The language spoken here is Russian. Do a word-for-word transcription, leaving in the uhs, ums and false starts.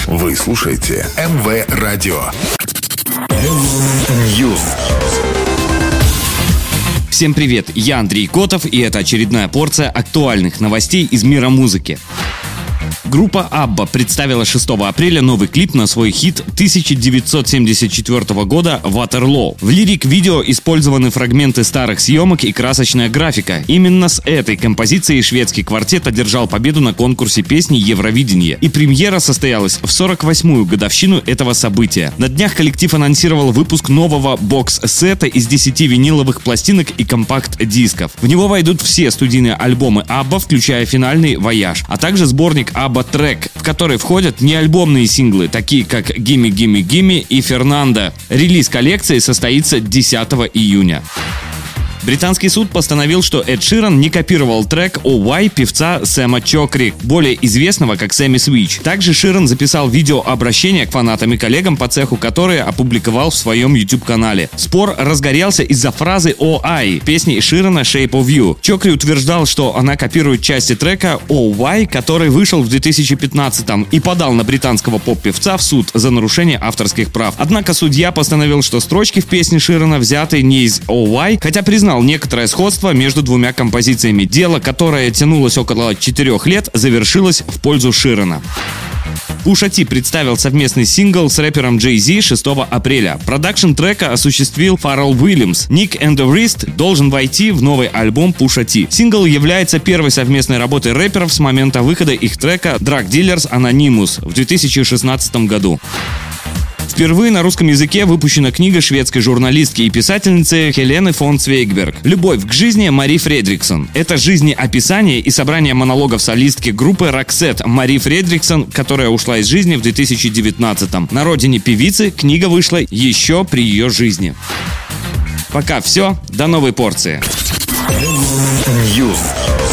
Вы слушаете эм вэ Радио. News. Всем привет, я Андрей Котов, и это очередная порция актуальных новостей из мира музыки. Группа Абба представила шестого апреля новый клип на свой хит тысяча девятьсот семьдесят четвёртого года «Waterloo». В лирик-видео использованы фрагменты старых съемок и красочная графика. Именно с этой композицией шведский квартет одержал победу на конкурсе песни Евровидение. И премьера состоялась в сорок восьмую годовщину этого события. На днях коллектив анонсировал выпуск нового бокс-сета из десяти виниловых пластинок и компакт-дисков. В него войдут все студийные альбомы Абба, включая финальный «Вояж», а также сборник Абба Трек, в который входят неальбомные синглы, такие как «Gimme Gimme Gimme» и «Фернандо». Релиз коллекции состоится десятого июня. Британский суд постановил, что Эд Ширан не копировал трек «Oh Why» певца Сэма Чокри, более известного как Сэмми Свич. Также Ширан записал видеообращение к фанатам и коллегам по цеху, которые опубликовал в своем YouTube-канале. Спор разгорелся из-за фразы «Oh I» песни Ширана «Shape of You». Чокри утверждал, что она копирует части трека «Oh Why», который вышел в две тысячи пятнадцатом, и подал на британского поп-певца в суд за нарушение авторских прав. Однако судья постановил, что строчки в песне Ширана взяты не из «Oh Why», хотя признал некоторое сходство между двумя композициями. Дело, которое тянулось около четырех лет, завершилось в пользу Ширана. Пуша Ти представил совместный сингл с рэпером Джей Зи шестого апреля. Продакшн трека осуществил Фаррелл Уильямс. Ник and the Wrist должен войти в новый альбом Пуша Ти. Сингл является первой совместной работой рэперов с момента выхода их трека Drug Dealers Anonymous в две тысячи шестнадцатом году. Впервые на русском языке выпущена книга шведской журналистки и писательницы Хелены фон Цвейгберг «Любовь к жизни» Мари Фредриксон. Это жизнеописание и собрание монологов солистки группы Roxette Мари Фредриксон, которая ушла из жизни в две тысячи девятнадцатом. На родине певицы книга вышла еще при ее жизни. Пока все, до новой порции. News.